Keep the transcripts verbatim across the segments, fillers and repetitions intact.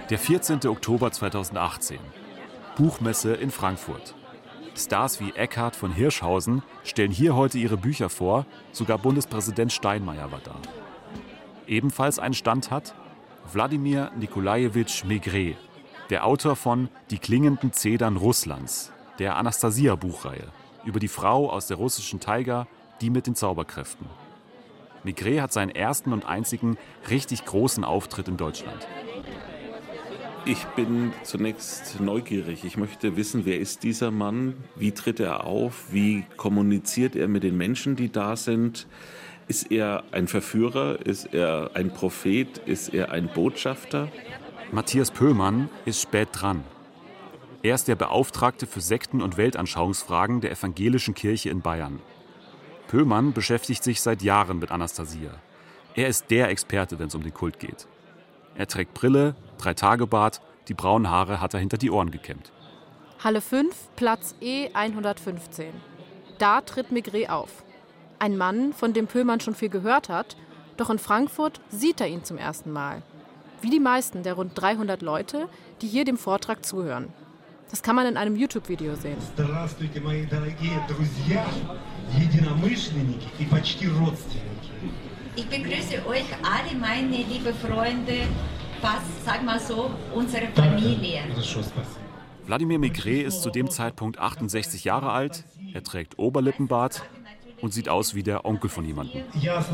Der vierzehnten Oktober zweitausendachtzehn. Buchmesse in Frankfurt. Stars wie Eckhard von Hirschhausen stellen hier heute ihre Bücher vor, sogar Bundespräsident Steinmeier war da. Ebenfalls einen Stand hat Wladimir Nikolajewitsch Maigret, der Autor von Die klingenden Zedern Russlands, der Anastasia-Buchreihe, über die Frau aus der russischen Taiga, die mit den Zauberkräften. Maigret hat seinen ersten und einzigen richtig großen Auftritt in Deutschland. Ich bin zunächst neugierig. Ich möchte wissen, wer ist dieser Mann? Wie tritt er auf? Wie kommuniziert er mit den Menschen, die da sind? Ist er ein Verführer? Ist er ein Prophet? Ist er ein Botschafter? Matthias Pöhlmann ist spät dran. Er ist der Beauftragte für Sekten- und Weltanschauungsfragen der Evangelischen Kirche in Bayern. Pöhlmann beschäftigt sich seit Jahren mit Anastasia. Er ist der Experte, wenn es um den Kult geht. Er trägt Brille, Drei-Tage-Bart, die braunen Haare hat er hinter die Ohren gekämmt. Halle fünf, Platz E hundertfünfzehn. Da tritt Maigret auf. Ein Mann, von dem Pöhlmann schon viel gehört hat, doch in Frankfurt sieht er ihn zum ersten Mal. Wie die meisten der rund dreihundert Leute, die hier dem Vortrag zuhören. Das kann man in einem YouTube-Video sehen. Здравствуйте, мои дорогие друзья, единомышленники и почти родственники. Ich begrüße euch alle, meine liebe Freunde, fast, sag mal so, unsere Familie. Wladimir Maigret ist zu dem Zeitpunkt achtundsechzig Jahre alt, er trägt Oberlippenbart und sieht aus wie der Onkel von jemandem. Ich habe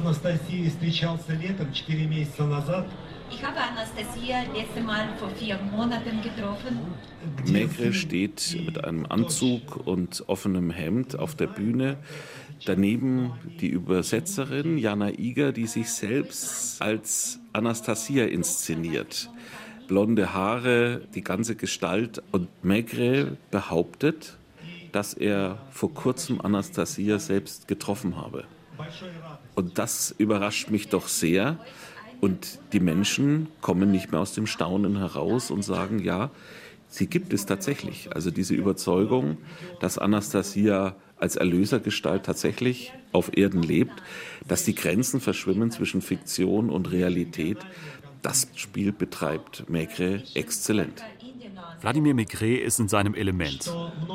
Anastasia letzte Mal vor vier Monaten getroffen. Maigret steht mit einem Anzug und offenem Hemd auf der Bühne. Daneben die Übersetzerin Jana Iger, die sich selbst als Anastasia inszeniert. Blonde Haare, die ganze Gestalt. Und Maigret behauptet, dass er vor kurzem Anastasia selbst getroffen habe. Und das überrascht mich doch sehr. Und die Menschen kommen nicht mehr aus dem Staunen heraus und sagen, ja, sie gibt es tatsächlich. Also diese Überzeugung, dass Anastasia als Erlösergestalt tatsächlich auf Erden lebt, dass die Grenzen verschwimmen zwischen Fiktion und Realität, das Spiel betreibt Maigret exzellent. Wladimir Maigret ist in seinem Element.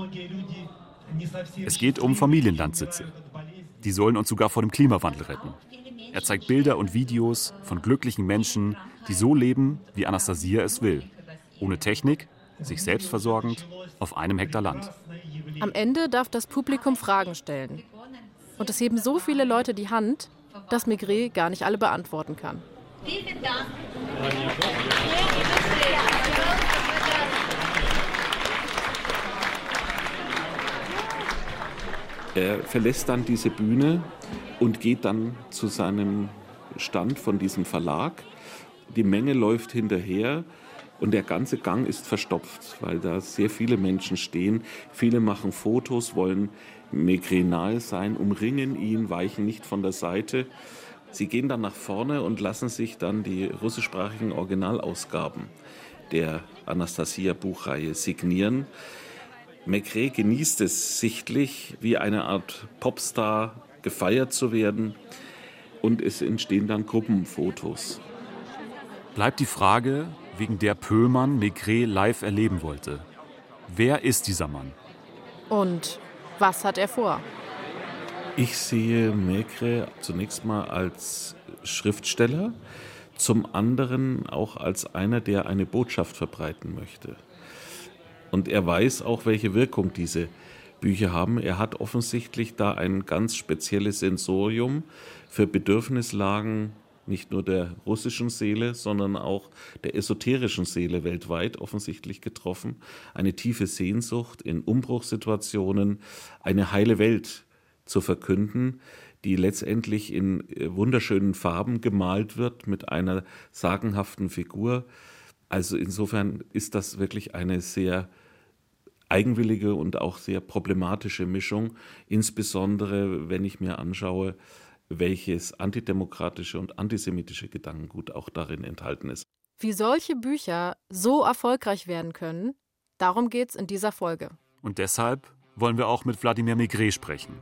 Es geht um Familienlandsitze. Die sollen uns sogar vor dem Klimawandel retten. Er zeigt Bilder und Videos von glücklichen Menschen, die so leben, wie Anastasia es will. Ohne Technik, sich selbstversorgend, auf einem Hektar Land. Am Ende darf das Publikum Fragen stellen. Und es heben so viele Leute die Hand, dass Maigret gar nicht alle beantworten kann. Vielen Dank. Er verlässt dann diese Bühne und geht dann zu seinem Stand von diesem Verlag. Die Menge läuft hinterher und der ganze Gang ist verstopft, weil da sehr viele Menschen stehen. Viele machen Fotos, wollen Maigret nahe sein, umringen ihn, weichen nicht von der Seite. Sie gehen dann nach vorne und lassen sich dann die russischsprachigen Originalausgaben der Anastasia-Buchreihe signieren. Maigret genießt es sichtlich, wie eine Art Popstar gefeiert zu werden, und es entstehen dann Gruppenfotos. Bleibt die Frage, wegen der Pöhlmann Maigret live erleben wollte. Wer ist dieser Mann? Und was hat er vor? Ich sehe Maigret zunächst mal als Schriftsteller, zum anderen auch als einer, der eine Botschaft verbreiten möchte. Und er weiß auch, welche Wirkung diese Bücher haben. Er hat offensichtlich da ein ganz spezielles Sensorium für Bedürfnislagen, nicht nur der russischen Seele, sondern auch der esoterischen Seele weltweit offensichtlich getroffen. Eine tiefe Sehnsucht in Umbruchssituationen, eine heile Welt zu verkünden, die letztendlich in wunderschönen Farben gemalt wird mit einer sagenhaften Figur. Also insofern ist das wirklich eine sehr eigenwillige und auch sehr problematische Mischung, insbesondere wenn ich mir anschaue, welches antidemokratische und antisemitische Gedankengut auch darin enthalten ist. Wie solche Bücher so erfolgreich werden können, darum geht's in dieser Folge. Und deshalb wollen wir auch mit Wladimir Maigret sprechen.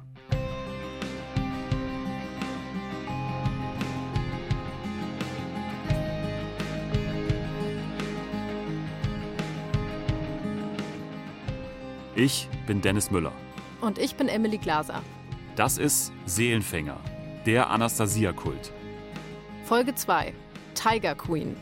Ich bin Dennis Müller. Und ich bin Emily Glaser. Das ist Seelenfänger, der Anastasia-Kult. Folge zwei. Tiger Queen.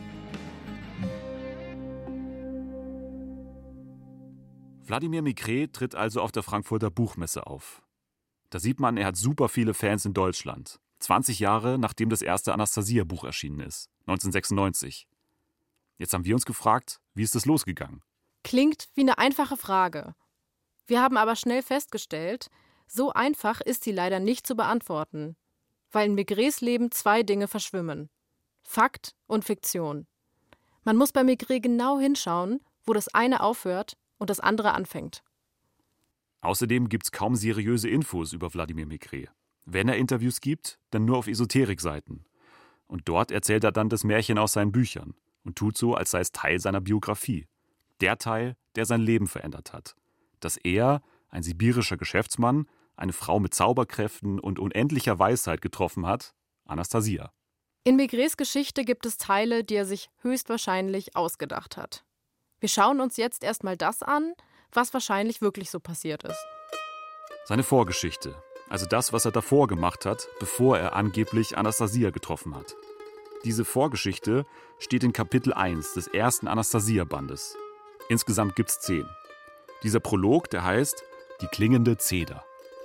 Wladimir Migret tritt also auf der Frankfurter Buchmesse auf. Da sieht man, er hat super viele Fans in Deutschland. zwanzig Jahre, nachdem das erste Anastasia-Buch erschienen ist, neunzehnhundertsechsundneunzig. Jetzt haben wir uns gefragt, wie ist das losgegangen? Klingt wie eine einfache Frage. Wir haben aber schnell festgestellt, so einfach ist sie leider nicht zu beantworten, weil in Migrets Leben zwei Dinge verschwimmen: Fakt und Fiktion. Man muss bei Migret genau hinschauen, wo das eine aufhört und das andere anfängt. Außerdem gibt es kaum seriöse Infos über Wladimir Migret. Wenn er Interviews gibt, dann nur auf Esoterik-Seiten. Und dort erzählt er dann das Märchen aus seinen Büchern und tut so, als sei es Teil seiner Biografie. Der Teil, der sein Leben verändert hat. Dass er, ein sibirischer Geschäftsmann, eine Frau mit Zauberkräften und unendlicher Weisheit getroffen hat, Anastasia. In Migrets Geschichte gibt es Teile, die er sich höchstwahrscheinlich ausgedacht hat. Wir schauen uns jetzt erstmal das an, was wahrscheinlich wirklich so passiert ist. Seine Vorgeschichte, also das, was er davor gemacht hat, bevor er angeblich Anastasia getroffen hat. Diese Vorgeschichte steht in Kapitel eins des ersten Anastasia-Bandes. Insgesamt gibt's zehn. Dieser Prolog, der heißt Die klingende Zeder.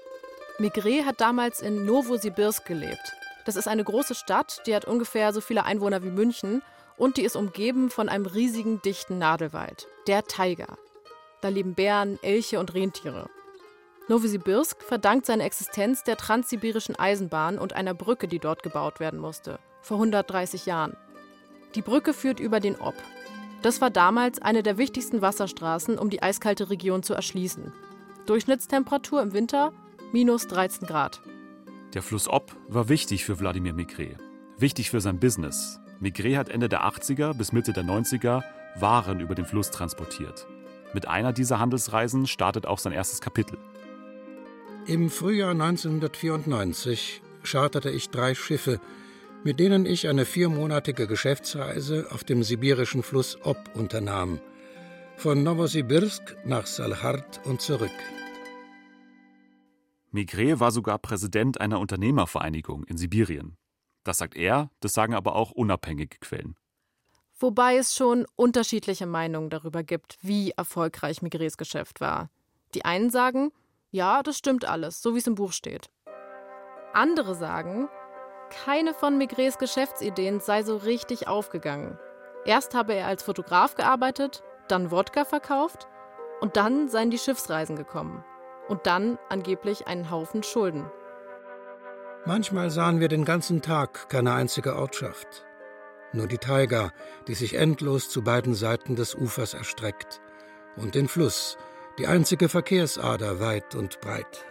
Migret hat damals in Nowosibirsk gelebt. Das ist eine große Stadt, die hat ungefähr so viele Einwohner wie München und die ist umgeben von einem riesigen, dichten Nadelwald, der Taiga. Da leben Bären, Elche und Rentiere. Nowosibirsk verdankt seine Existenz der transsibirischen Eisenbahn und einer Brücke, die dort gebaut werden musste, vor hundertdreißig Jahren. Die Brücke führt über den Ob. Das war damals eine der wichtigsten Wasserstraßen, um die eiskalte Region zu erschließen. Durchschnittstemperatur im Winter minus dreizehn Grad. Der Fluss Ob war wichtig für Wladimir Migret. Wichtig für sein Business. Migret hat Ende der achtziger bis Mitte der neunziger Waren über den Fluss transportiert. Mit einer dieser Handelsreisen startet auch sein erstes Kapitel. Im Frühjahr neunzehnhundertvierundneunzig charterte ich drei Schiffe, mit denen ich eine viermonatige Geschäftsreise auf dem sibirischen Fluss Ob unternahm. Von Nowosibirsk nach Salhard und zurück. Migret war sogar Präsident einer Unternehmervereinigung in Sibirien. Das sagt er, das sagen aber auch unabhängige Quellen. Wobei es schon unterschiedliche Meinungen darüber gibt, wie erfolgreich Migrets Geschäft war. Die einen sagen, ja, das stimmt alles, so wie es im Buch steht. Andere sagen, keine von Migrets Geschäftsideen sei so richtig aufgegangen. Erst habe er als Fotograf gearbeitet, dann Wodka verkauft und dann seien die Schiffsreisen gekommen. Und dann angeblich einen Haufen Schulden. Manchmal sahen wir den ganzen Tag keine einzige Ortschaft. Nur die Taiga, die sich endlos zu beiden Seiten des Ufers erstreckt. Und den Fluss, die einzige Verkehrsader weit und breit.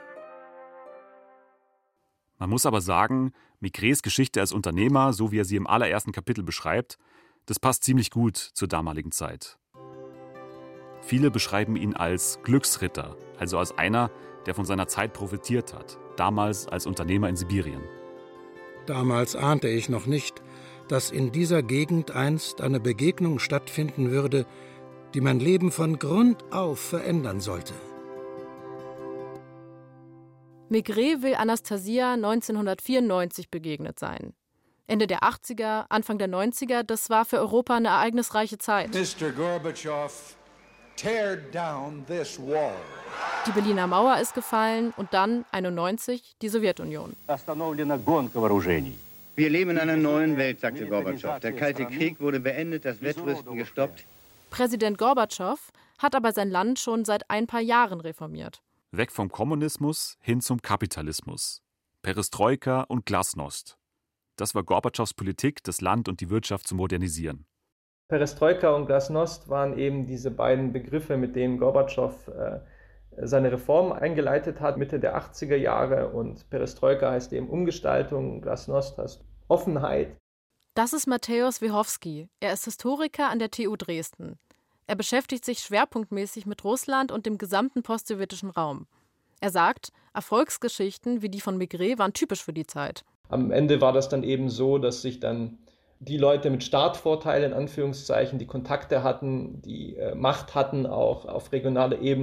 Man muss aber sagen, Migrets Geschichte als Unternehmer, so wie er sie im allerersten Kapitel beschreibt, das passt ziemlich gut zur damaligen Zeit. Viele beschreiben ihn als Glücksritter, also als einer, der von seiner Zeit profitiert hat, damals als Unternehmer in Sibirien. Damals ahnte ich noch nicht, dass in dieser Gegend einst eine Begegnung stattfinden würde, die mein Leben von Grund auf verändern sollte. Migret will Anastasia neunzehnhundertvierundneunzig begegnet sein. Ende der achtziger, Anfang der neunziger, das war für Europa eine ereignisreiche Zeit. Mister Gorbatschow, tear down this wall. Die Berliner Mauer ist gefallen und dann, einundneunzig, die Sowjetunion. Wir leben in einer neuen Welt, sagte Gorbatschow. Der Kalte Krieg wurde beendet, das Wettrüsten gestoppt. Präsident Gorbatschow hat aber sein Land schon seit ein paar Jahren reformiert. Weg vom Kommunismus hin zum Kapitalismus. Perestroika und Glasnost. Das war Gorbatschows Politik, das Land und die Wirtschaft zu modernisieren. Perestroika und Glasnost waren eben diese beiden Begriffe, mit denen Gorbatschow äh, seine Reformen eingeleitet hat, Mitte der achtziger Jahre. Und Perestroika heißt eben Umgestaltung, Glasnost heißt Offenheit. Das ist Mateusz Wiechowski. Er ist Historiker an der T U Dresden. Er beschäftigt sich schwerpunktmäßig mit Russland und dem gesamten postsowjetischen Raum. Er sagt, Erfolgsgeschichten wie die von Migret waren typisch für die Zeit. Am Ende war das dann eben so, dass sich dann die Leute mit Startvorteilen, in Anführungszeichen, die Kontakte hatten, die äh, Macht hatten, auch auf regionaler Ebene,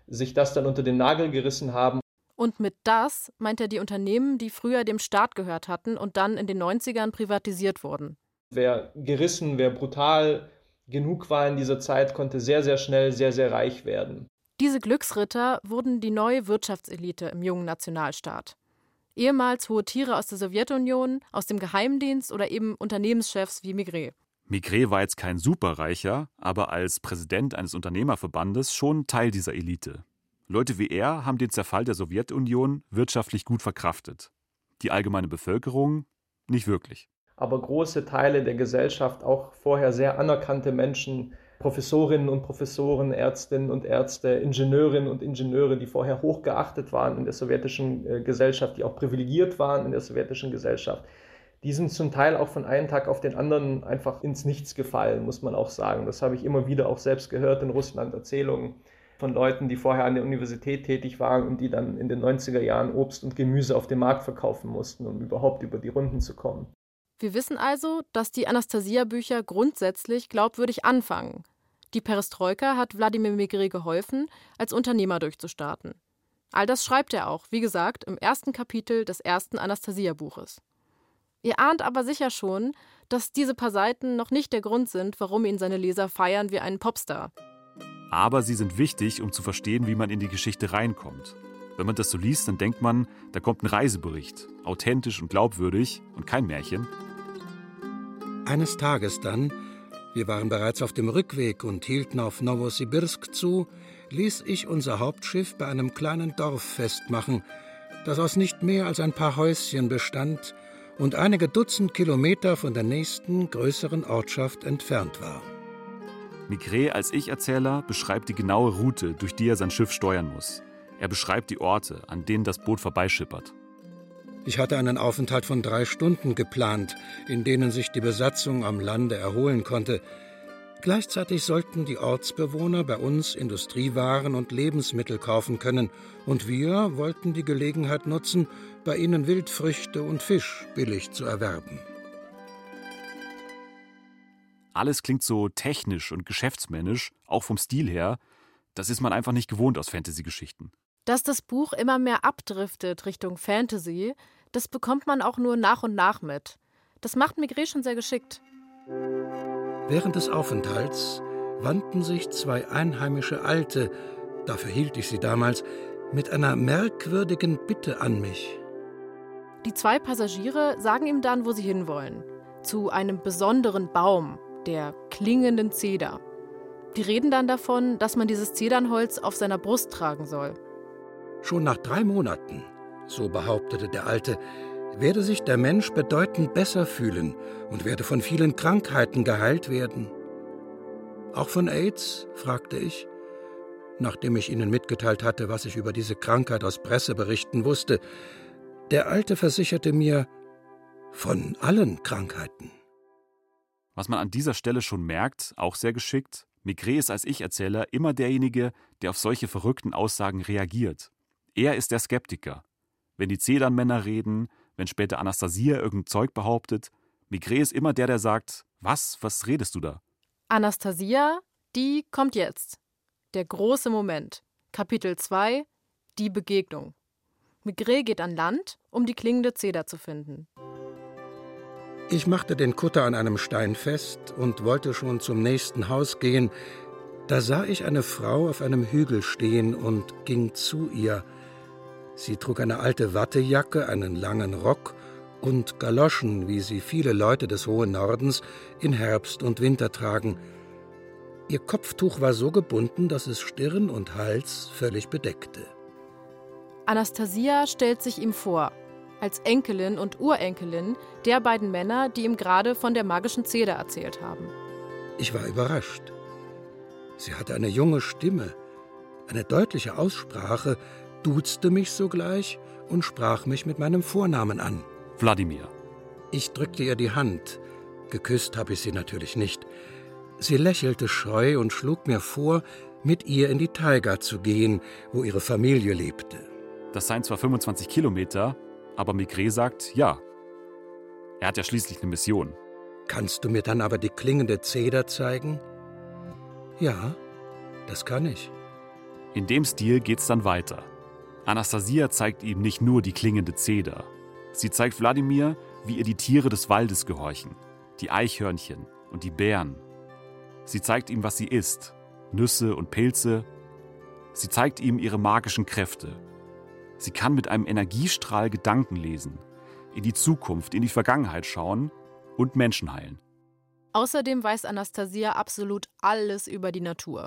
sich das dann unter den Nagel gerissen haben. Und mit das meint er die Unternehmen, die früher dem Staat gehört hatten und dann in den neunzigern privatisiert wurden. Wer gerissen, wer brutal genug war in dieser Zeit, konnte sehr, sehr schnell sehr, sehr reich werden. Diese Glücksritter wurden die neue Wirtschaftselite im jungen Nationalstaat. Ehemals hohe Tiere aus der Sowjetunion, aus dem Geheimdienst oder eben Unternehmenschefs wie Maigret. Maigret war jetzt kein Superreicher, aber als Präsident eines Unternehmerverbandes schon Teil dieser Elite. Leute wie er haben den Zerfall der Sowjetunion wirtschaftlich gut verkraftet. Die allgemeine Bevölkerung nicht wirklich. Aber große Teile der Gesellschaft, auch vorher sehr anerkannte Menschen, Professorinnen und Professoren, Ärztinnen und Ärzte, Ingenieurinnen und Ingenieure, die vorher hochgeachtet waren in der sowjetischen äh, Gesellschaft, die auch privilegiert waren in der sowjetischen Gesellschaft, die sind zum Teil auch von einem Tag auf den anderen einfach ins Nichts gefallen, muss man auch sagen. Das habe ich immer wieder auch selbst gehört in Russland, Erzählungen von Leuten, die vorher an der Universität tätig waren und die dann in den neunziger Jahren Obst und Gemüse auf dem Markt verkaufen mussten, um überhaupt über die Runden zu kommen. Wir wissen also, dass die Anastasia-Bücher grundsätzlich glaubwürdig anfangen. Die Perestroika hat Wladimir Maigret geholfen, als Unternehmer durchzustarten. All das schreibt er auch, wie gesagt, im ersten Kapitel des ersten Anastasia-Buches. Ihr ahnt aber sicher schon, dass diese paar Seiten noch nicht der Grund sind, warum ihn seine Leser feiern wie einen Popstar. Aber sie sind wichtig, um zu verstehen, wie man in die Geschichte reinkommt. Wenn man das so liest, dann denkt man, da kommt ein Reisebericht, authentisch und glaubwürdig und kein Märchen. Eines Tages dann, wir waren bereits auf dem Rückweg und hielten auf Nowosibirsk zu, ließ ich unser Hauptschiff bei einem kleinen Dorf festmachen, das aus nicht mehr als ein paar Häuschen bestand und einige Dutzend Kilometer von der nächsten, größeren Ortschaft entfernt war. Maigret als Ich-Erzähler beschreibt die genaue Route, durch die er sein Schiff steuern muss. Er beschreibt die Orte, an denen das Boot vorbeischippert. Ich hatte einen Aufenthalt von drei Stunden geplant, in denen sich die Besatzung am Lande erholen konnte. Gleichzeitig sollten die Ortsbewohner bei uns Industriewaren und Lebensmittel kaufen können, und wir wollten die Gelegenheit nutzen, bei ihnen Wildfrüchte und Fisch billig zu erwerben. Alles klingt so technisch und geschäftsmännisch, auch vom Stil her. Das ist man einfach nicht gewohnt aus Fantasy-Geschichten. Dass das Buch immer mehr abdriftet Richtung Fantasy, das bekommt man auch nur nach und nach mit. Das macht Maigret schon sehr geschickt. Während des Aufenthalts wandten sich zwei einheimische Alte, dafür hielt ich sie damals, mit einer merkwürdigen Bitte an mich. Die zwei Passagiere sagen ihm dann, wo sie hinwollen. Zu einem besonderen Baum, der klingenden Zeder. Die reden dann davon, dass man dieses Zedernholz auf seiner Brust tragen soll. Schon nach drei Monaten, so behauptete der Alte, werde sich der Mensch bedeutend besser fühlen und werde von vielen Krankheiten geheilt werden. Auch von AIDS? Fragte ich, nachdem ich ihnen mitgeteilt hatte, was ich über diese Krankheit aus Presseberichten wusste. Der Alte versicherte mir, von allen Krankheiten. Was man an dieser Stelle schon merkt, auch sehr geschickt, Maigret ist als Ich-Erzähler immer derjenige, der auf solche verrückten Aussagen reagiert. Er ist der Skeptiker. Wenn die Zedernmänner reden, wenn später Anastasia irgendein Zeug behauptet, Maigret ist immer der, der sagt, was, was redest du da? Anastasia, die kommt jetzt. Der große Moment. Kapitel zwei, die Begegnung. Maigret geht an Land, um die klingende Zeder zu finden. Ich machte den Kutter an einem Stein fest und wollte schon zum nächsten Haus gehen. Da sah ich eine Frau auf einem Hügel stehen und ging zu ihr. Sie trug eine alte Wattejacke, einen langen Rock und Galoschen, wie sie viele Leute des hohen Nordens in Herbst und Winter tragen. Ihr Kopftuch war so gebunden, dass es Stirn und Hals völlig bedeckte. Anastasia stellt sich ihm vor, als Enkelin und Urenkelin der beiden Männer, die ihm gerade von der magischen Zeder erzählt haben. Ich war überrascht. Sie hatte eine junge Stimme, eine deutliche Aussprache, duzte mich sogleich und sprach mich mit meinem Vornamen an. Wladimir. Ich drückte ihr die Hand. Geküsst habe ich sie natürlich nicht. Sie lächelte scheu und schlug mir vor, mit ihr in die Taiga zu gehen, wo ihre Familie lebte. Das seien zwar fünfundzwanzig Kilometer, aber Maigret sagt ja. Er hat ja schließlich eine Mission. Kannst du mir dann aber die klingende Zeder zeigen? Ja, das kann ich. In dem Stil geht's dann weiter. Anastasia zeigt ihm nicht nur die klingende Zeder. Sie zeigt Wladimir, wie ihr die Tiere des Waldes gehorchen, die Eichhörnchen und die Bären. Sie zeigt ihm, was sie isst, Nüsse und Pilze. Sie zeigt ihm ihre magischen Kräfte. Sie kann mit einem Energiestrahl Gedanken lesen, in die Zukunft, in die Vergangenheit schauen und Menschen heilen. Außerdem weiß Anastasia absolut alles über die Natur.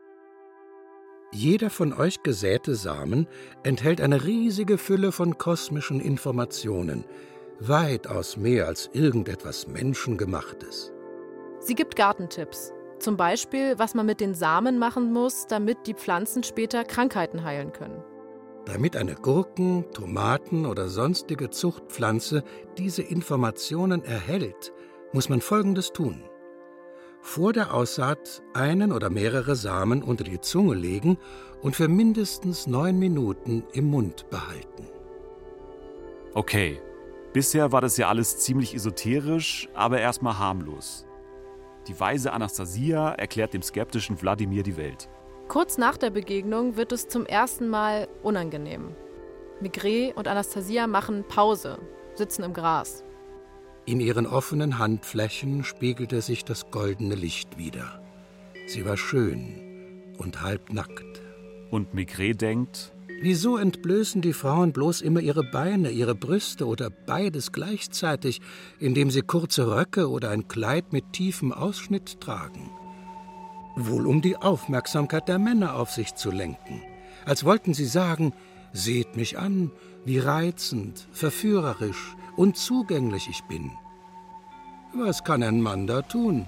Jeder von euch gesäte Samen enthält eine riesige Fülle von kosmischen Informationen, weitaus mehr als irgendetwas Menschengemachtes. Sie gibt Gartentipps. Zum Beispiel, was man mit den Samen machen muss, damit die Pflanzen später Krankheiten heilen können. Damit eine Gurken-, Tomaten- oder sonstige Zuchtpflanze diese Informationen erhält, muss man Folgendes tun. Vor der Aussaat einen oder mehrere Samen unter die Zunge legen und für mindestens neun Minuten im Mund behalten. Okay, bisher war das ja alles ziemlich esoterisch, aber erstmal harmlos. Die weise Anastasia erklärt dem skeptischen Wladimir die Welt. Kurz nach der Begegnung wird es zum ersten Mal unangenehm. Maigret und Anastasia machen Pause, sitzen im Gras. In ihren offenen Handflächen spiegelte sich das goldene Licht wider. Sie war schön und halbnackt. Und Maigret denkt: Wieso entblößen die Frauen bloß immer ihre Beine, ihre Brüste oder beides gleichzeitig, indem sie kurze Röcke oder ein Kleid mit tiefem Ausschnitt tragen? Wohl um die Aufmerksamkeit der Männer auf sich zu lenken. Als wollten sie sagen: Seht mich an, wie reizend, verführerisch und zugänglich ich bin. Was kann ein Mann da tun?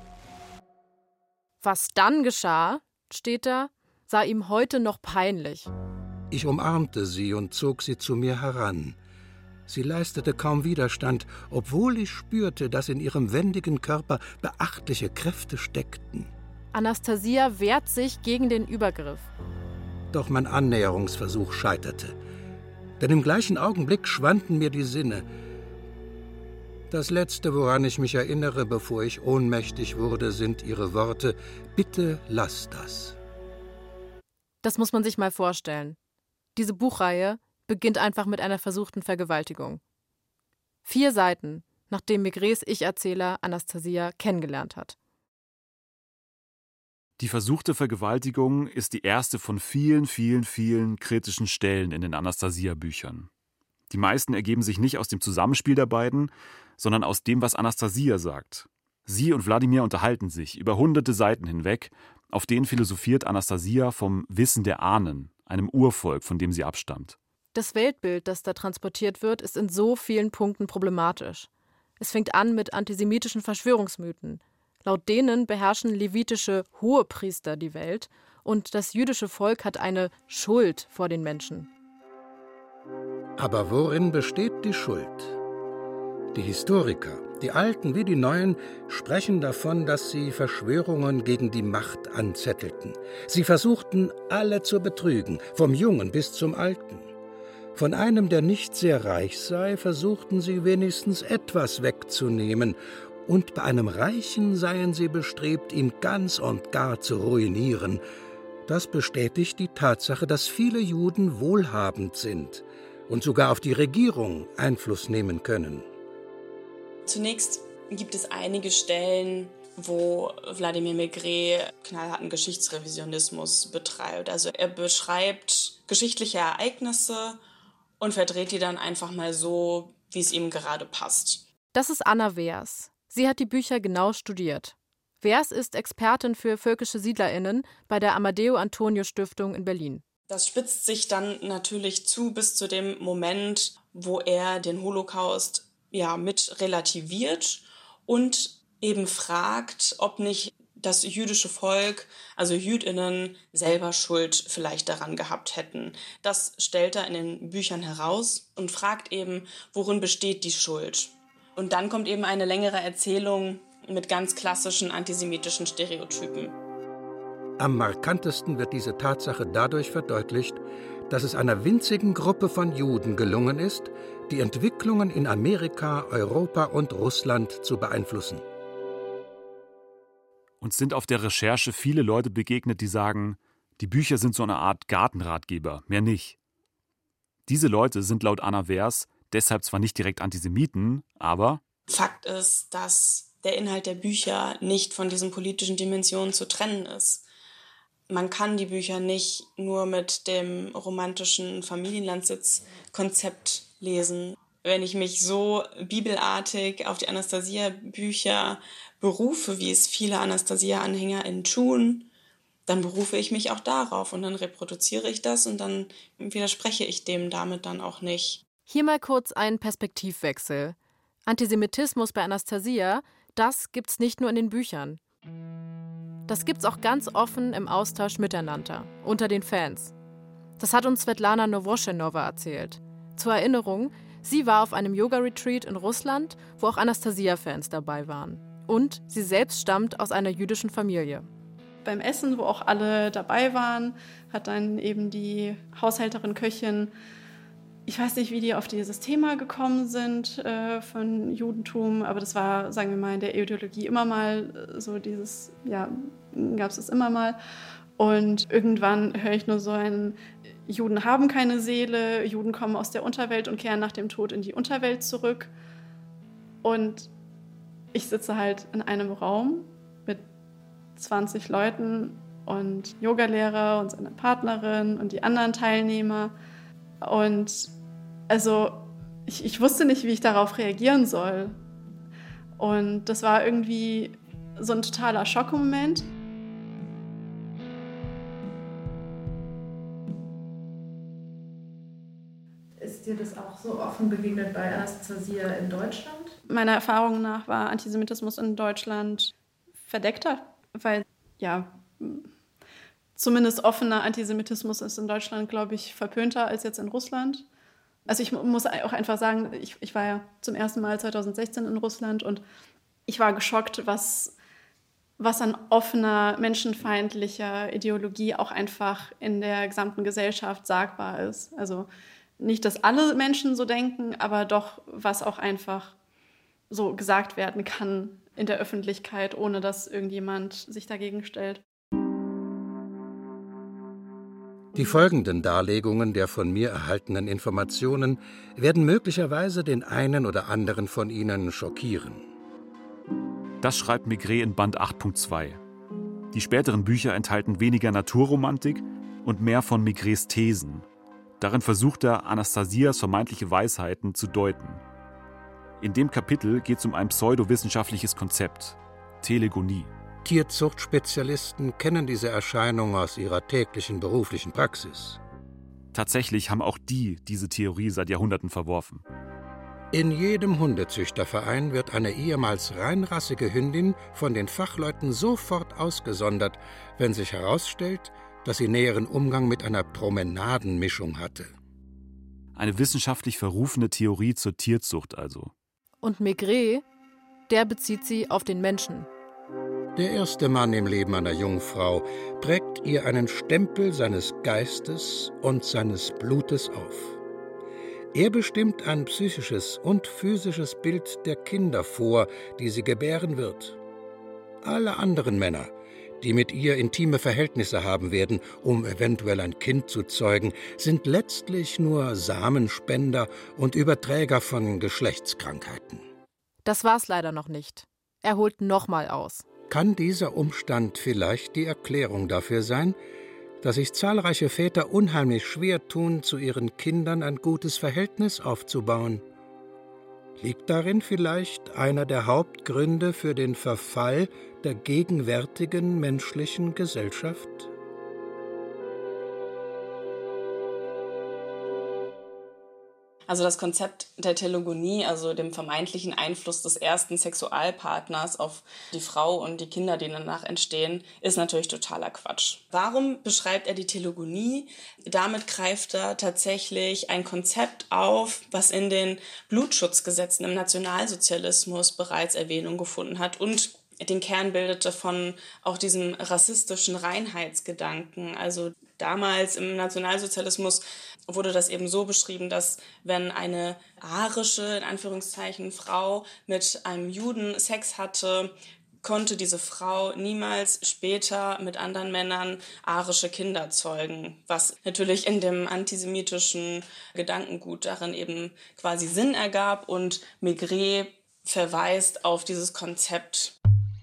Was dann geschah, steht da, sei ihm heute noch peinlich. Ich umarmte sie und zog sie zu mir heran. Sie leistete kaum Widerstand, obwohl ich spürte, dass in ihrem wendigen Körper beachtliche Kräfte steckten. Anastasia wehrt sich gegen den Übergriff. Doch mein Annäherungsversuch scheiterte. Denn im gleichen Augenblick schwanden mir die Sinne. Das Letzte, woran ich mich erinnere, bevor ich ohnmächtig wurde, sind ihre Worte: Bitte lass das. Das muss man sich mal vorstellen. Diese Buchreihe beginnt einfach mit einer versuchten Vergewaltigung. Vier Seiten, nachdem Maigrets Ich-Erzähler Anastasia kennengelernt hat. Die versuchte Vergewaltigung ist die erste von vielen, vielen, vielen kritischen Stellen in den Anastasia-Büchern. Die meisten ergeben sich nicht aus dem Zusammenspiel der beiden, sondern aus dem, was Anastasia sagt. Sie und Wladimir unterhalten sich über hunderte Seiten hinweg, auf denen philosophiert Anastasia vom Wissen der Ahnen, einem Urvolk, von dem sie abstammt. Das Weltbild, das da transportiert wird, ist in so vielen Punkten problematisch. Es fängt an mit antisemitischen Verschwörungsmythen. Laut denen beherrschen levitische Hohepriester die Welt und das jüdische Volk hat eine Schuld vor den Menschen. Aber worin besteht die Schuld? Die Historiker, die Alten wie die Neuen, sprechen davon, dass sie Verschwörungen gegen die Macht anzettelten. Sie versuchten, alle zu betrügen, vom Jungen bis zum Alten. Von einem, der nicht sehr reich sei, versuchten sie wenigstens etwas wegzunehmen. Und bei einem Reichen seien sie bestrebt, ihn ganz und gar zu ruinieren. Das bestätigt die Tatsache, dass viele Juden wohlhabend sind und sogar auf die Regierung Einfluss nehmen können. Zunächst gibt es einige Stellen, wo Wladimir Maigret knallharten Geschichtsrevisionismus betreibt. Also er beschreibt geschichtliche Ereignisse und verdreht die dann einfach mal so, wie es ihm gerade passt. Das ist Anna Wehrs. Sie hat die Bücher genau studiert. Wehrs ist Expertin für völkische SiedlerInnen bei der Amadeo-Antonio-Stiftung in Berlin. Das spitzt sich dann natürlich zu bis zu dem Moment, wo er den Holocaust ja mit relativiert und eben fragt, ob nicht das jüdische Volk, also JüdInnen, selber Schuld vielleicht daran gehabt hätten. Das stellt er in den Büchern heraus und fragt eben, worin besteht die Schuld. Und dann kommt eben eine längere Erzählung mit ganz klassischen antisemitischen Stereotypen. Am markantesten wird diese Tatsache dadurch verdeutlicht, dass es einer winzigen Gruppe von Juden gelungen ist, die Entwicklungen in Amerika, Europa und Russland zu beeinflussen. Uns sind auf der Recherche viele Leute begegnet, die sagen, Die Bücher sind so eine Art Gartenratgeber, mehr nicht. Diese Leute sind laut Anna Wehrs deshalb zwar nicht direkt Antisemiten, aber Fakt ist, dass der Inhalt der Bücher nicht von diesen politischen Dimensionen zu trennen ist. Man kann die Bücher nicht nur mit dem romantischen Familienlandsitzkonzept lesen. Wenn ich mich so bibelartig auf die Anastasia-Bücher berufe, wie es viele Anastasia-AnhängerInnen tun, dann berufe ich mich auch darauf und dann reproduziere ich das und dann widerspreche ich dem damit dann auch nicht. Hier mal kurz ein Perspektivwechsel. Antisemitismus bei Anastasia, das gibt's nicht nur in den Büchern. Das gibt's auch ganz offen im Austausch miteinander, unter den Fans. Das hat uns Svetlana Novoschenova erzählt. Zur Erinnerung, sie war auf einem Yoga-Retreat in Russland, wo auch Anastasia-Fans dabei waren. Und sie selbst stammt aus einer jüdischen Familie. Beim Essen, wo auch alle dabei waren, hat dann eben die Haushälterin, Köchin, ich weiß nicht, wie die auf dieses Thema gekommen sind äh, von Judentum, aber das war, sagen wir mal, in der Ideologie immer mal so dieses, ja, gab es das immer mal. Und irgendwann höre ich nur so ein, Juden haben keine Seele, Juden kommen aus der Unterwelt und kehren nach dem Tod in die Unterwelt zurück. Und ich sitze halt in einem Raum mit zwanzig Leuten und Yogalehrer und seine Partnerin und die anderen Teilnehmer. Und also ich, ich wusste nicht, wie ich darauf reagieren soll. Und das war irgendwie so ein totaler Schockmoment. Ist dir das auch so offen begegnet bei Anastasia in Deutschland? Meiner Erfahrung nach war Antisemitismus in Deutschland verdeckter, weil ja zumindest offener Antisemitismus ist in Deutschland, glaube ich, verpönter als jetzt in Russland. Also ich muss auch einfach sagen, ich, ich war ja zum ersten Mal zwanzig sechzehn in Russland und ich war geschockt, was, was an offener, menschenfeindlicher Ideologie auch einfach in der gesamten Gesellschaft sagbar ist. Also nicht, dass alle Menschen so denken, aber doch, was auch einfach so gesagt werden kann in der Öffentlichkeit, ohne dass irgendjemand sich dagegen stellt. Die folgenden Darlegungen der von mir erhaltenen Informationen werden möglicherweise den einen oder anderen von Ihnen schockieren. Das schreibt Maigret in Band acht Punkt zwei. Die späteren Bücher enthalten weniger Naturromantik und mehr von Maigrets Thesen. Darin versucht er, Anastasias vermeintliche Weisheiten zu deuten. In dem Kapitel geht es um ein pseudowissenschaftliches Konzept, Telegonie. Tierzuchtspezialisten kennen diese Erscheinung aus ihrer täglichen beruflichen Praxis. Tatsächlich haben auch die diese Theorie seit Jahrhunderten verworfen. In jedem Hundezüchterverein wird eine ehemals reinrassige Hündin von den Fachleuten sofort ausgesondert, wenn sich herausstellt, dass sie näheren Umgang mit einer Promenadenmischung hatte. Eine wissenschaftlich verrufene Theorie zur Tierzucht also. Und Maigret, der bezieht sie auf den Menschen. Der erste Mann im Leben einer Jungfrau prägt ihr einen Stempel seines Geistes und seines Blutes auf. Er bestimmt ein psychisches und physisches Bild der Kinder vor, die sie gebären wird. Alle anderen Männer, die mit ihr intime Verhältnisse haben werden, um eventuell ein Kind zu zeugen, sind letztlich nur Samenspender und Überträger von Geschlechtskrankheiten. Das war's leider noch nicht. Er holt nochmal aus. Kann dieser Umstand vielleicht die Erklärung dafür sein, dass sich zahlreiche Väter unheimlich schwer tun, zu ihren Kindern ein gutes Verhältnis aufzubauen? Liegt darin vielleicht einer der Hauptgründe für den Verfall der gegenwärtigen menschlichen Gesellschaft? Also das Konzept der Telegonie, also dem vermeintlichen Einfluss des ersten Sexualpartners auf die Frau und die Kinder, die danach entstehen, ist natürlich totaler Quatsch. Warum beschreibt er die Telegonie? Damit greift er tatsächlich ein Konzept auf, was in den Blutschutzgesetzen im Nationalsozialismus bereits Erwähnung gefunden hat und den Kern bildete von auch diesem rassistischen Reinheitsgedanken. Also damals im Nationalsozialismus wurde das eben so beschrieben, dass wenn eine arische, in Anführungszeichen, Frau mit einem Juden Sex hatte, konnte diese Frau niemals später mit anderen Männern arische Kinder zeugen, was natürlich in dem antisemitischen Gedankengut darin eben quasi Sinn ergab, und Maigret verweist auf dieses Konzept.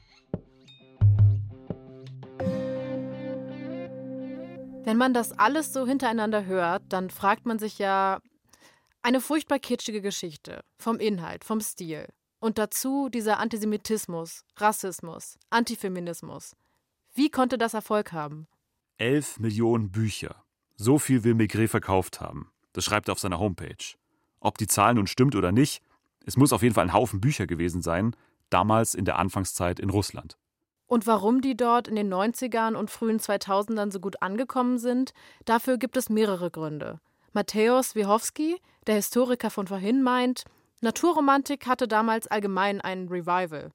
Wenn man das alles so hintereinander hört, dann fragt man sich ja, eine furchtbar kitschige Geschichte, vom Inhalt, vom Stil. Und dazu dieser Antisemitismus, Rassismus, Antifeminismus. Wie konnte das Erfolg haben? Elf Millionen Bücher. So viel will Maigret verkauft haben. Das schreibt er auf seiner Homepage. Ob die Zahl nun stimmt oder nicht, es muss auf jeden Fall ein Haufen Bücher gewesen sein, damals in der Anfangszeit in Russland. Und warum die dort in den neunzigern und frühen zweitausendern so gut angekommen sind, dafür gibt es mehrere Gründe. Mateusz Wiechowski, der Historiker von vorhin, meint, Naturromantik hatte damals allgemein ein Revival.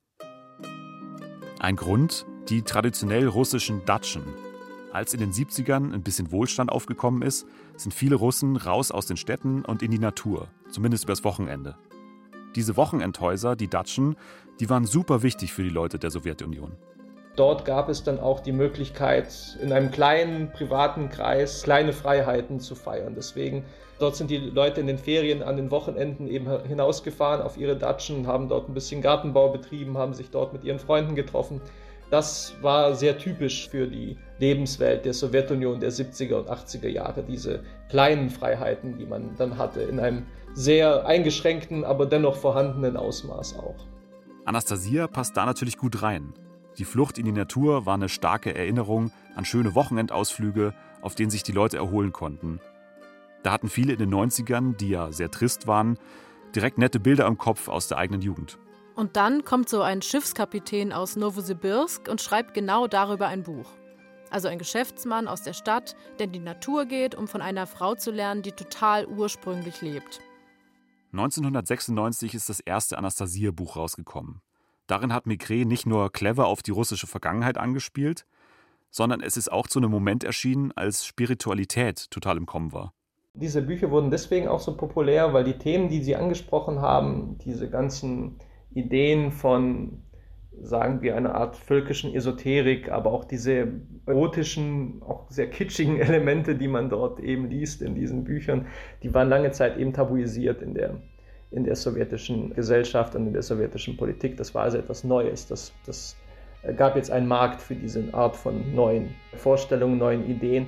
Ein Grund? Die traditionell russischen Datschen. Als in den siebzigern ein bisschen Wohlstand aufgekommen ist, sind viele Russen raus aus den Städten und in die Natur, zumindest übers Wochenende. Diese Wochenendhäuser, die Datschen, die waren super wichtig für die Leute der Sowjetunion. Dort gab es dann auch die Möglichkeit, in einem kleinen, privaten Kreis kleine Freiheiten zu feiern. Deswegen, dort sind die Leute in den Ferien an den Wochenenden eben hinausgefahren auf ihre Datschen, haben dort ein bisschen Gartenbau betrieben, haben sich dort mit ihren Freunden getroffen. Das war sehr typisch für die Lebenswelt der Sowjetunion der siebziger und achtziger Jahre, diese kleinen Freiheiten, die man dann hatte, in einem sehr eingeschränkten, aber dennoch vorhandenen Ausmaß auch. Anastasia passt da natürlich gut rein. Die Flucht in die Natur war eine starke Erinnerung an schöne Wochenendausflüge, auf denen sich die Leute erholen konnten. Da hatten viele in den neunzigern, die ja sehr trist waren, direkt nette Bilder im Kopf aus der eigenen Jugend. Und dann kommt so ein Schiffskapitän aus Nowosibirsk und schreibt genau darüber ein Buch. Also ein Geschäftsmann aus der Stadt, der in die Natur geht, um von einer Frau zu lernen, die total ursprünglich lebt. neunzehnhundertsechsundneunzig ist das erste Anastasia-Buch rausgekommen. Darin hat Maigret nicht nur clever auf die russische Vergangenheit angespielt, sondern es ist auch zu einem Moment erschienen, als Spiritualität total im Kommen war. Diese Bücher wurden deswegen auch so populär, weil die Themen, die sie angesprochen haben, diese ganzen Ideen von, sagen wir, einer Art völkischen Esoterik, aber auch diese erotischen, auch sehr kitschigen Elemente, die man dort eben liest in diesen Büchern, die waren lange Zeit eben tabuisiert in der in der sowjetischen Gesellschaft und in der sowjetischen Politik. Das war also etwas Neues. Das, das gab jetzt einen Markt für diese Art von neuen Vorstellungen, neuen Ideen.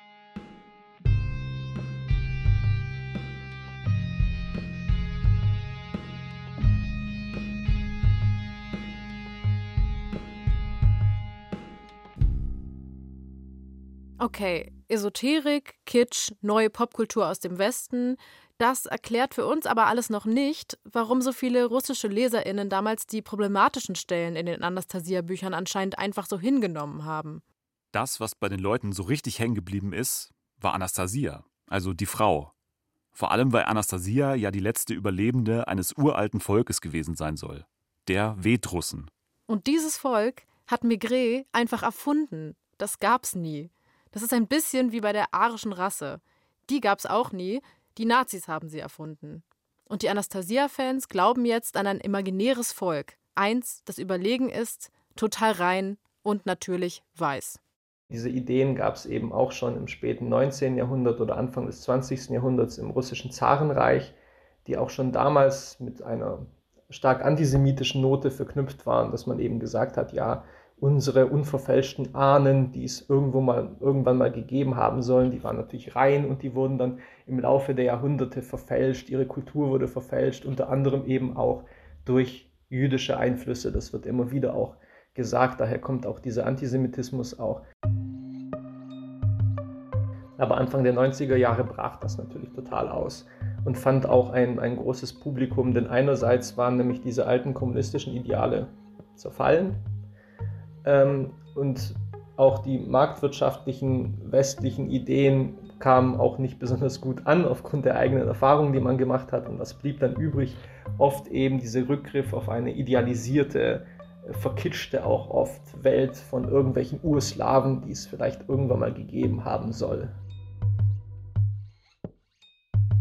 Okay, Esoterik, Kitsch, neue Popkultur aus dem Westen. Das erklärt für uns aber alles noch nicht, warum so viele russische LeserInnen damals die problematischen Stellen in den Anastasia-Büchern anscheinend einfach so hingenommen haben. Das, was bei den Leuten so richtig hängen geblieben ist, war Anastasia, also die Frau. Vor allem, weil Anastasia ja die letzte Überlebende eines uralten Volkes gewesen sein soll, der Vedrussen. Und dieses Volk hat Maigret einfach erfunden. Das gab's nie. Das ist ein bisschen wie bei der arischen Rasse. Die gab's auch nie. Die Nazis haben sie erfunden. Und die Anastasia-Fans glauben jetzt an ein imaginäres Volk. Eins, das überlegen ist, total rein und natürlich weiß. Diese Ideen gab es eben auch schon im späten neunzehnten Jahrhundert oder Anfang des zwanzigsten Jahrhunderts im russischen Zarenreich, die auch schon damals mit einer stark antisemitischen Note verknüpft waren, dass man eben gesagt hat, ja, unsere unverfälschten Ahnen, die es irgendwo mal, irgendwann mal gegeben haben sollen, die waren natürlich rein und die wurden dann im Laufe der Jahrhunderte verfälscht, ihre Kultur wurde verfälscht, unter anderem eben auch durch jüdische Einflüsse. Das wird immer wieder auch gesagt, daher kommt auch dieser Antisemitismus auch. Aber Anfang der neunziger Jahre brach das natürlich total aus und fand auch ein, ein großes Publikum, denn einerseits waren nämlich diese alten kommunistischen Ideale zerfallen, Ähm, und auch die marktwirtschaftlichen westlichen Ideen kamen auch nicht besonders gut an aufgrund der eigenen Erfahrungen, die man gemacht hat. Und was blieb dann übrig? Oft eben dieser Rückgriff auf eine idealisierte, verkitschte auch oft Welt von irgendwelchen Urslawen, die es vielleicht irgendwann mal gegeben haben soll.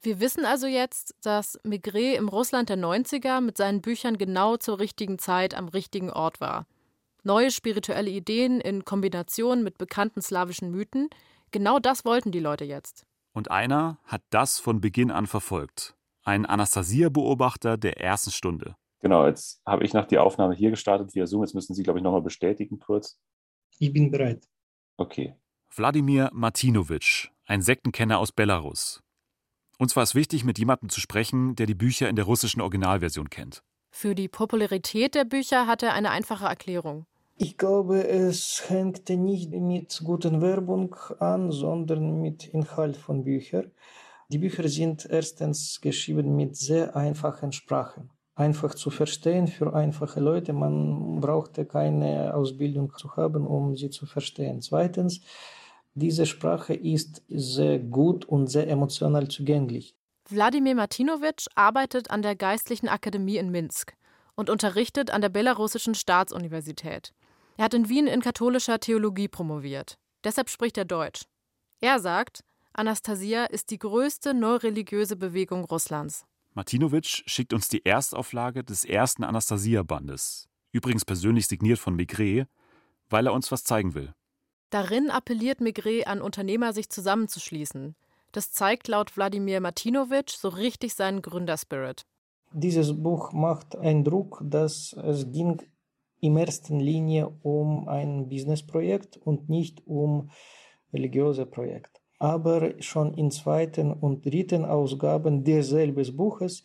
Wir wissen also jetzt, dass Maigret im Russland der neunziger mit seinen Büchern genau zur richtigen Zeit am richtigen Ort war. Neue spirituelle Ideen in Kombination mit bekannten slawischen Mythen, genau das wollten die Leute jetzt. Und einer hat das von Beginn an verfolgt. Ein Anastasia-Beobachter der ersten Stunde. Genau, jetzt habe ich nach die Aufnahme hier gestartet via Zoom. Jetzt müssen Sie, glaube ich, nochmal bestätigen kurz. Ich bin bereit. Okay. Wladimir Martinowitsch, ein Sektenkenner aus Belarus. Uns war es wichtig, mit jemandem zu sprechen, der die Bücher in der russischen Originalversion kennt. Für die Popularität der Bücher hat er eine einfache Erklärung. Ich glaube, es hängt nicht mit guter Werbung an, sondern mit Inhalt von Büchern. Die Bücher sind erstens geschrieben mit sehr einfachen Sprachen. Einfach zu verstehen für einfache Leute. Man brauchte keine Ausbildung zu haben, um sie zu verstehen. Zweitens, diese Sprache ist sehr gut und sehr emotional zugänglich. Wladimir Martinowitsch arbeitet an der Geistlichen Akademie in Minsk und unterrichtet an der Belarussischen Staatsuniversität. Er hat in Wien in katholischer Theologie promoviert. Deshalb spricht er Deutsch. Er sagt, Anastasia ist die größte neureligiöse Bewegung Russlands. Martinowitsch schickt uns die Erstauflage des ersten Anastasia-Bandes, übrigens persönlich signiert von Maigret, weil er uns was zeigen will. Darin appelliert Maigret an Unternehmer, sich zusammenzuschließen. Das zeigt laut Wladimir Martinowitsch so richtig seinen Gründerspirit. Dieses Buch macht Eindruck, dass es ging in erster Linie um ein Businessprojekt und nicht um religiöses Projekt. Aber schon in zweiten und dritten Ausgaben desselben Buches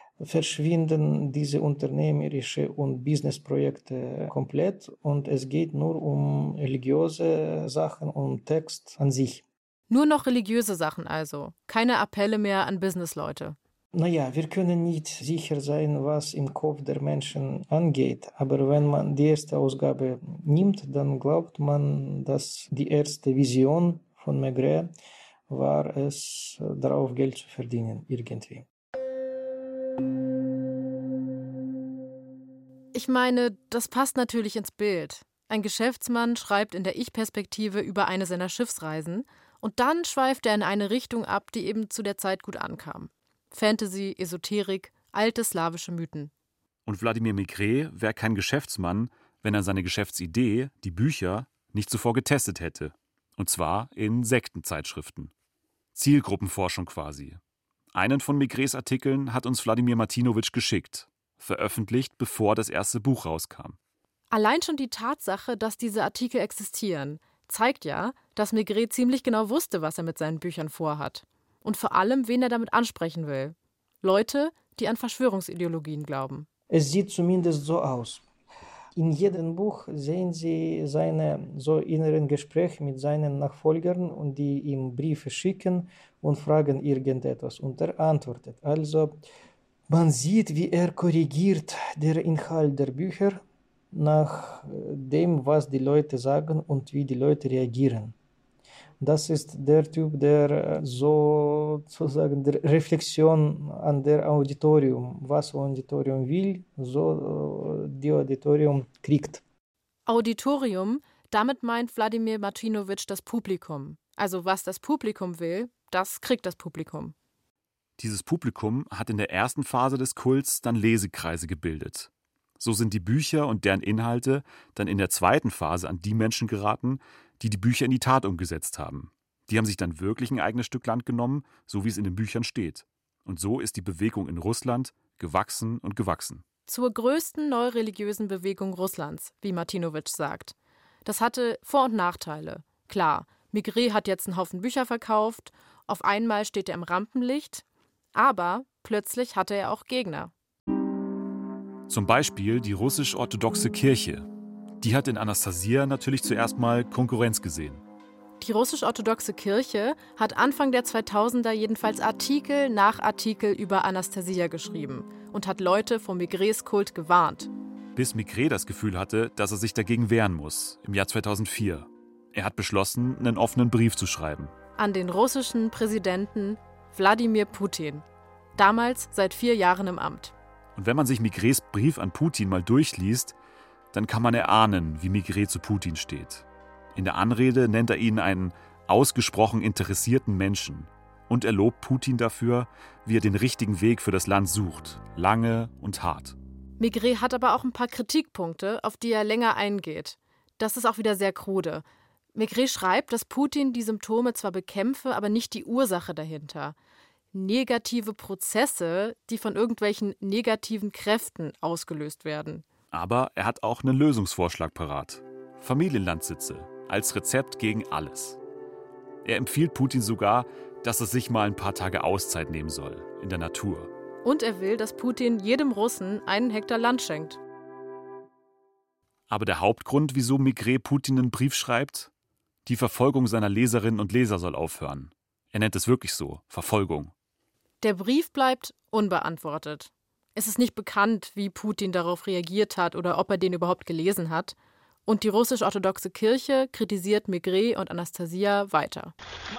verschwinden diese unternehmerische und Businessprojekte komplett und es geht nur um religiöse Sachen und Text an sich. Nur noch religiöse Sachen also, keine Appelle mehr an Businessleute. Naja, wir können nicht sicher sein, was im Kopf der Menschen angeht, aber wenn man die erste Ausgabe nimmt, dann glaubt man, dass die erste Vision von Maigret war es, darauf Geld zu verdienen, irgendwie. Ich meine, das passt natürlich ins Bild. Ein Geschäftsmann schreibt in der Ich-Perspektive über eine seiner Schiffsreisen und dann schweift er in eine Richtung ab, die eben zu der Zeit gut ankam. Fantasy, Esoterik, alte slawische Mythen. Und Wladimir Maigret wäre kein Geschäftsmann, wenn er seine Geschäftsidee, die Bücher, nicht zuvor getestet hätte. Und zwar in Sektenzeitschriften. Zielgruppenforschung quasi. Einen von Maigrets Artikeln hat uns Wladimir Martinowitsch geschickt, veröffentlicht, bevor das erste Buch rauskam. Allein schon die Tatsache, dass diese Artikel existieren, zeigt ja, dass Maigret ziemlich genau wusste, was er mit seinen Büchern vorhat. Und vor allem, wen er damit ansprechen will. Leute, die an Verschwörungsideologien glauben. Es sieht zumindest so aus. In jedem Buch sehen Sie seine so inneren Gespräche mit seinen Nachfolgern und die ihm Briefe schicken und fragen irgendetwas und er antwortet. Also man sieht, wie er korrigiert den Inhalt der Bücher nach dem, was die Leute sagen und wie die Leute reagieren. Das ist der Typ, der sozusagen der Reflexion an der Auditorium, was Auditorium will, so die Auditorium kriegt. Auditorium, damit meint Wladimir Martinowitsch das Publikum. Also was das Publikum will, das kriegt das Publikum. Dieses Publikum hat in der ersten Phase des Kults dann Lesekreise gebildet. So sind die Bücher und deren Inhalte dann in der zweiten Phase an die Menschen geraten, die die Bücher in die Tat umgesetzt haben. Die haben sich dann wirklich ein eigenes Stück Land genommen, so wie es in den Büchern steht. Und so ist die Bewegung in Russland gewachsen und gewachsen. Zur größten neureligiösen Bewegung Russlands, wie Martinowitsch sagt. Das hatte Vor- und Nachteile. Klar, Maigret hat jetzt einen Haufen Bücher verkauft, auf einmal steht er im Rampenlicht, aber plötzlich hatte er auch Gegner. Zum Beispiel die russisch-orthodoxe Kirche. Die hat in Anastasia natürlich zuerst mal Konkurrenz gesehen. Die russisch-orthodoxe Kirche hat Anfang der zweitausender jedenfalls Artikel nach Artikel über Anastasia geschrieben und hat Leute vor Maigrets Kult gewarnt. Bis Maigret das Gefühl hatte, dass er sich dagegen wehren muss, im Jahr zweitausendvier. Er hat beschlossen, einen offenen Brief zu schreiben. An den russischen Präsidenten Wladimir Putin. Damals seit vier Jahren im Amt. Und wenn man sich Maigrets Brief an Putin mal durchliest, dann kann man erahnen, wie Maigret zu Putin steht. In der Anrede nennt er ihn einen ausgesprochen interessierten Menschen Und er lobt Putin dafür, wie er den richtigen Weg für das Land sucht. Lange und hart. Maigret hat aber auch ein paar Kritikpunkte, auf die er länger eingeht. Das ist auch wieder sehr krude. Maigret schreibt, dass Putin die Symptome zwar bekämpfe, aber nicht die Ursache dahinter. Negative Prozesse, die von irgendwelchen negativen Kräften ausgelöst werden. Aber er hat auch einen Lösungsvorschlag parat. Familienlandsitze als Rezept gegen alles. Er empfiehlt Putin sogar, dass er sich mal ein paar Tage Auszeit nehmen soll, in der Natur. Und er will, dass Putin jedem Russen einen Hektar Land schenkt. Aber der Hauptgrund, wieso Maigret Putin einen Brief schreibt? Die Verfolgung seiner Leserinnen und Leser soll aufhören. Er nennt es wirklich so, Verfolgung. Der Brief bleibt unbeantwortet. Es ist nicht bekannt, wie Putin darauf reagiert hat oder ob er den überhaupt gelesen hat. Und die russisch-orthodoxe Kirche kritisiert Maigret und Anastasia weiter.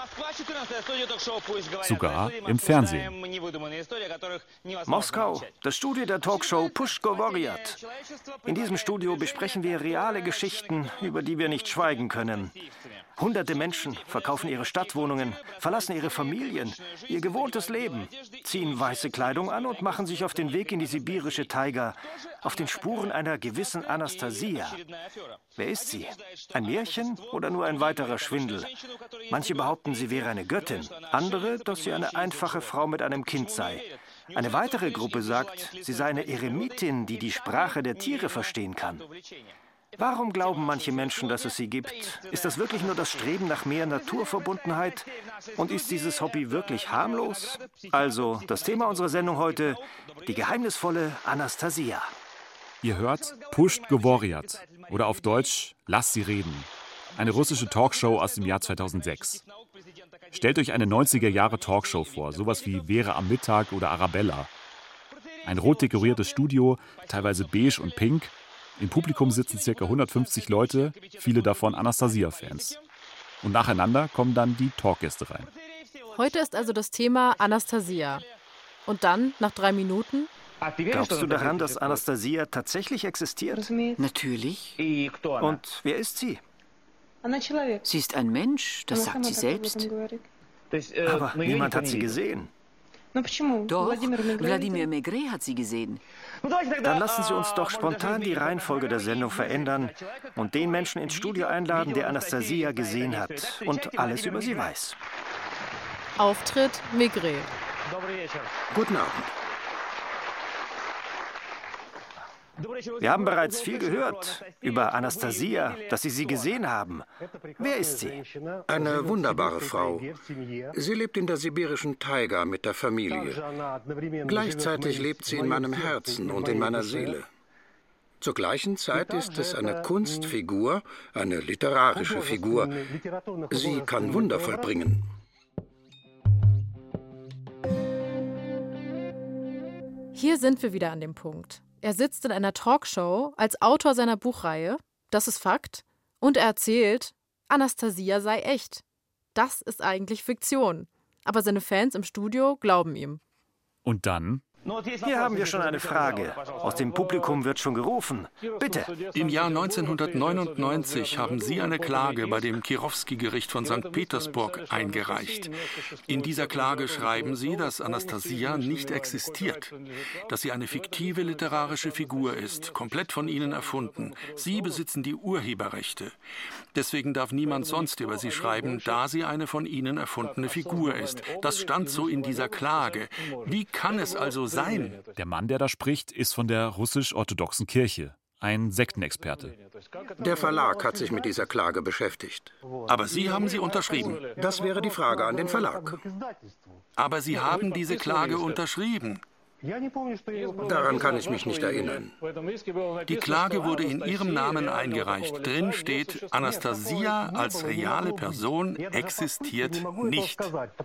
Sogar im Fernsehen. Moskau, das Studio der Talkshow Push Govoryat. In diesem Studio besprechen wir reale Geschichten, über die wir nicht schweigen können. Hunderte Menschen verkaufen ihre Stadtwohnungen, verlassen ihre Familien, ihr gewohntes Leben, ziehen weiße Kleidung an und machen sich auf den Weg in die sibirische Taiga, auf den Spuren einer gewissen Anastasia. Wer ist sie? Ein Märchen oder nur ein weiterer Schwindel? Manche behaupten, sie wäre eine Göttin, andere, dass sie eine einfache Frau mit einem Kind sei. Eine weitere Gruppe sagt, sie sei eine Eremitin, die die Sprache der Tiere verstehen kann. Warum glauben manche Menschen, dass es sie gibt? Ist das wirklich nur das Streben nach mehr Naturverbundenheit? Und ist dieses Hobby wirklich harmlos? Also, das Thema unserer Sendung heute, die geheimnisvolle Anastasia. Ihr hört Pusht Govoryat oder auf Deutsch Lass sie reden. Eine russische Talkshow aus dem Jahr zweitausendsechs. Stellt euch eine neunziger-Jahre-Talkshow vor, sowas wie Vera am Mittag oder Arabella. Ein rot dekoriertes Studio, teilweise beige und pink. Im Publikum sitzen ca. hundertfünfzig Leute, viele davon Anastasia-Fans. Und nacheinander kommen dann die Talkgäste rein. Heute ist also das Thema Anastasia. Und dann, nach drei Minuten... Glaubst du daran, dass Anastasia tatsächlich existiert? Natürlich. Und wer ist sie? Sie ist ein Mensch, das sagt sie selbst. Aber niemand hat sie gesehen. Doch, Wladimir Maigret hat sie gesehen. Dann lassen Sie uns doch spontan die Reihenfolge der Sendung verändern und den Menschen ins Studio einladen, der Anastasia gesehen hat und alles über sie weiß. Auftritt Maigret. Guten Abend. Wir haben bereits viel gehört über Anastasia, dass Sie sie gesehen haben. Wer ist sie? Eine wunderbare Frau. Sie lebt in der sibirischen Taiga mit der Familie. Gleichzeitig lebt sie in meinem Herzen und in meiner Seele. Zur gleichen Zeit ist es eine Kunstfigur, eine literarische Figur. Sie kann Wunder vollbringen. Hier sind wir wieder an dem Punkt. Er sitzt in einer Talkshow als Autor seiner Buchreihe, das ist Fakt, und er erzählt, Anastasia sei echt. Das ist eigentlich Fiktion. Aber seine Fans im Studio glauben ihm. Und dann? Hier haben wir schon eine Frage. Aus dem Publikum wird schon gerufen. Bitte. Im Jahr neunzehnhundertneunundneunzig haben Sie eine Klage bei dem Kirowski-Gericht von Sankt Petersburg eingereicht. In dieser Klage schreiben Sie, dass Anastasia nicht existiert, dass sie eine fiktive literarische Figur ist, komplett von Ihnen erfunden. Sie besitzen die Urheberrechte. Deswegen darf niemand sonst über sie schreiben, da sie eine von Ihnen erfundene Figur ist. Das stand so in dieser Klage. Wie kann es also sein? Sein. Der Mann, der da spricht, ist von der russisch-orthodoxen Kirche, ein Sektenexperte. Der Verlag hat sich mit dieser Klage beschäftigt. Aber Sie haben sie unterschrieben. Das wäre die Frage an den Verlag. Aber Sie haben diese Klage unterschrieben. Daran kann ich mich nicht erinnern. Die Klage wurde in Ihrem Namen eingereicht. Drin steht, Anastasia als reale Person existiert nicht.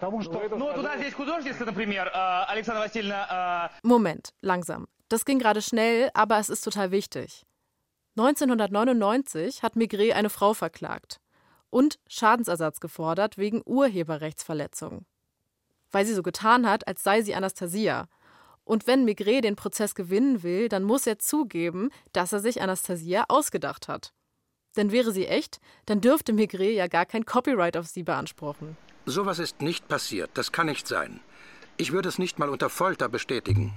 Moment, langsam. Das ging gerade schnell, aber es ist total wichtig. neunzehnhundertneunundneunzig hat Maigret eine Frau verklagt und Schadensersatz gefordert wegen Urheberrechtsverletzung. Weil sie so getan hat, als sei sie Anastasia. Und wenn Maigret den Prozess gewinnen will, dann muss er zugeben, dass er sich Anastasia ausgedacht hat. Denn wäre sie echt, dann dürfte Maigret ja gar kein Copyright auf sie beanspruchen. Sowas ist nicht passiert. Das kann nicht sein. Ich würde es nicht mal unter Folter bestätigen.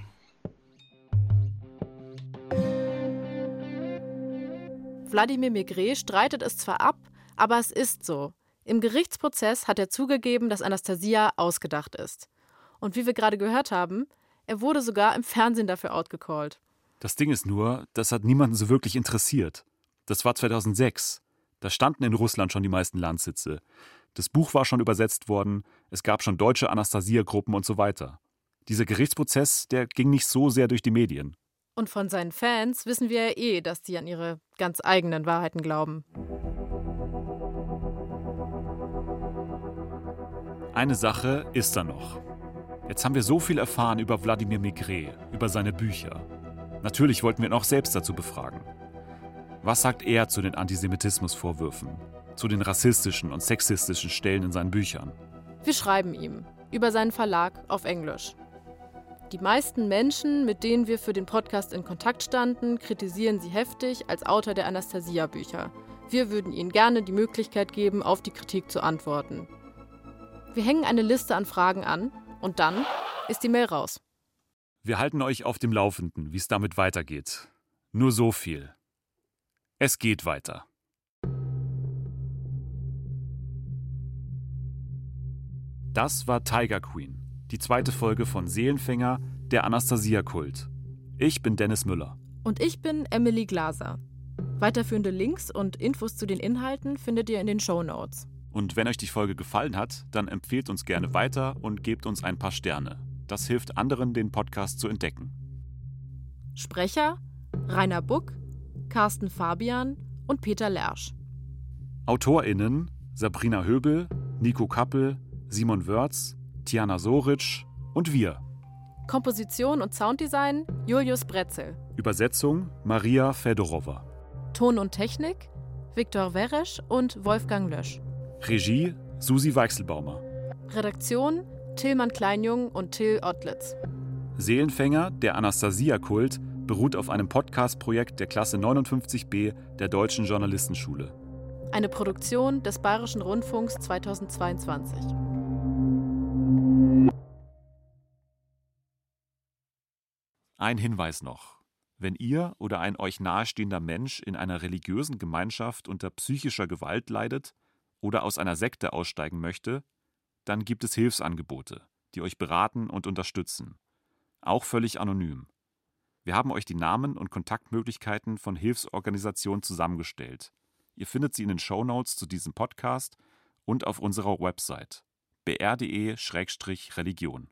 Wladimir Maigret streitet es zwar ab, aber es ist so. Im Gerichtsprozess hat er zugegeben, dass Anastasia ausgedacht ist. Und wie wir gerade gehört haben, er wurde sogar im Fernsehen dafür outgecallt. Das Ding ist nur, das hat niemanden so wirklich interessiert. Das war zweitausendsechs. Da standen in Russland schon die meisten Landsitze. Das Buch war schon übersetzt worden, es gab schon deutsche Anastasia-Gruppen und so weiter. Dieser Gerichtsprozess, der ging nicht so sehr durch die Medien. Und von seinen Fans wissen wir ja eh, dass die an ihre ganz eigenen Wahrheiten glauben. Eine Sache ist da noch. Jetzt haben wir so viel erfahren über Wladimir Maigret, über seine Bücher. Natürlich wollten wir ihn auch selbst dazu befragen. Was sagt er zu den Antisemitismusvorwürfen, zu den rassistischen und sexistischen Stellen in seinen Büchern? Wir schreiben ihm über seinen Verlag auf Englisch. Die meisten Menschen, mit denen wir für den Podcast in Kontakt standen, kritisieren sie heftig als Autor der Anastasia-Bücher. Wir würden ihnen gerne die Möglichkeit geben, auf die Kritik zu antworten. Wir hängen eine Liste an Fragen an und dann ist die Mail raus. Wir halten euch auf dem Laufenden, wie es damit weitergeht. Nur so viel. Es geht weiter. Das war Tiger Queen, die zweite Folge von Seelenfänger, der Anastasia-Kult. Ich bin Dennis Müller. Und ich bin Emily Glaser. Weiterführende Links und Infos zu den Inhalten findet ihr in den Shownotes. Und wenn euch die Folge gefallen hat, dann empfehlt uns gerne weiter und gebt uns ein paar Sterne. Das hilft anderen, den Podcast zu entdecken. Sprecher: Rainer Buck, Carsten Fabian und Peter Lersch. AutorInnen: Sabrina Höbel, Nico Kappel, Simon Wörz, Tiana Soric und wir. Komposition und Sounddesign: Julius Bretzel. Übersetzung: Maria Fedorova. Ton und Technik: Viktor Weresch und Wolfgang Lösch. Regie: Susi Weichselbaumer. Redaktion: Tillmann Kleinjung und Till Ottlitz. Seelenfänger, der Anastasia-Kult, beruht auf einem Podcast-Projekt der Klasse neunundfünfzig b der Deutschen Journalistenschule. Eine Produktion des Bayerischen Rundfunks zweitausendzweiundzwanzig. Ein Hinweis noch. Wenn ihr oder ein euch nahestehender Mensch in einer religiösen Gemeinschaft unter psychischer Gewalt leidet oder aus einer Sekte aussteigen möchte, dann gibt es Hilfsangebote, die euch beraten und unterstützen. Auch völlig anonym. Wir haben euch die Namen und Kontaktmöglichkeiten von Hilfsorganisationen zusammengestellt. Ihr findet sie in den Shownotes zu diesem Podcast und auf unserer Website b r punkt d e slash religion.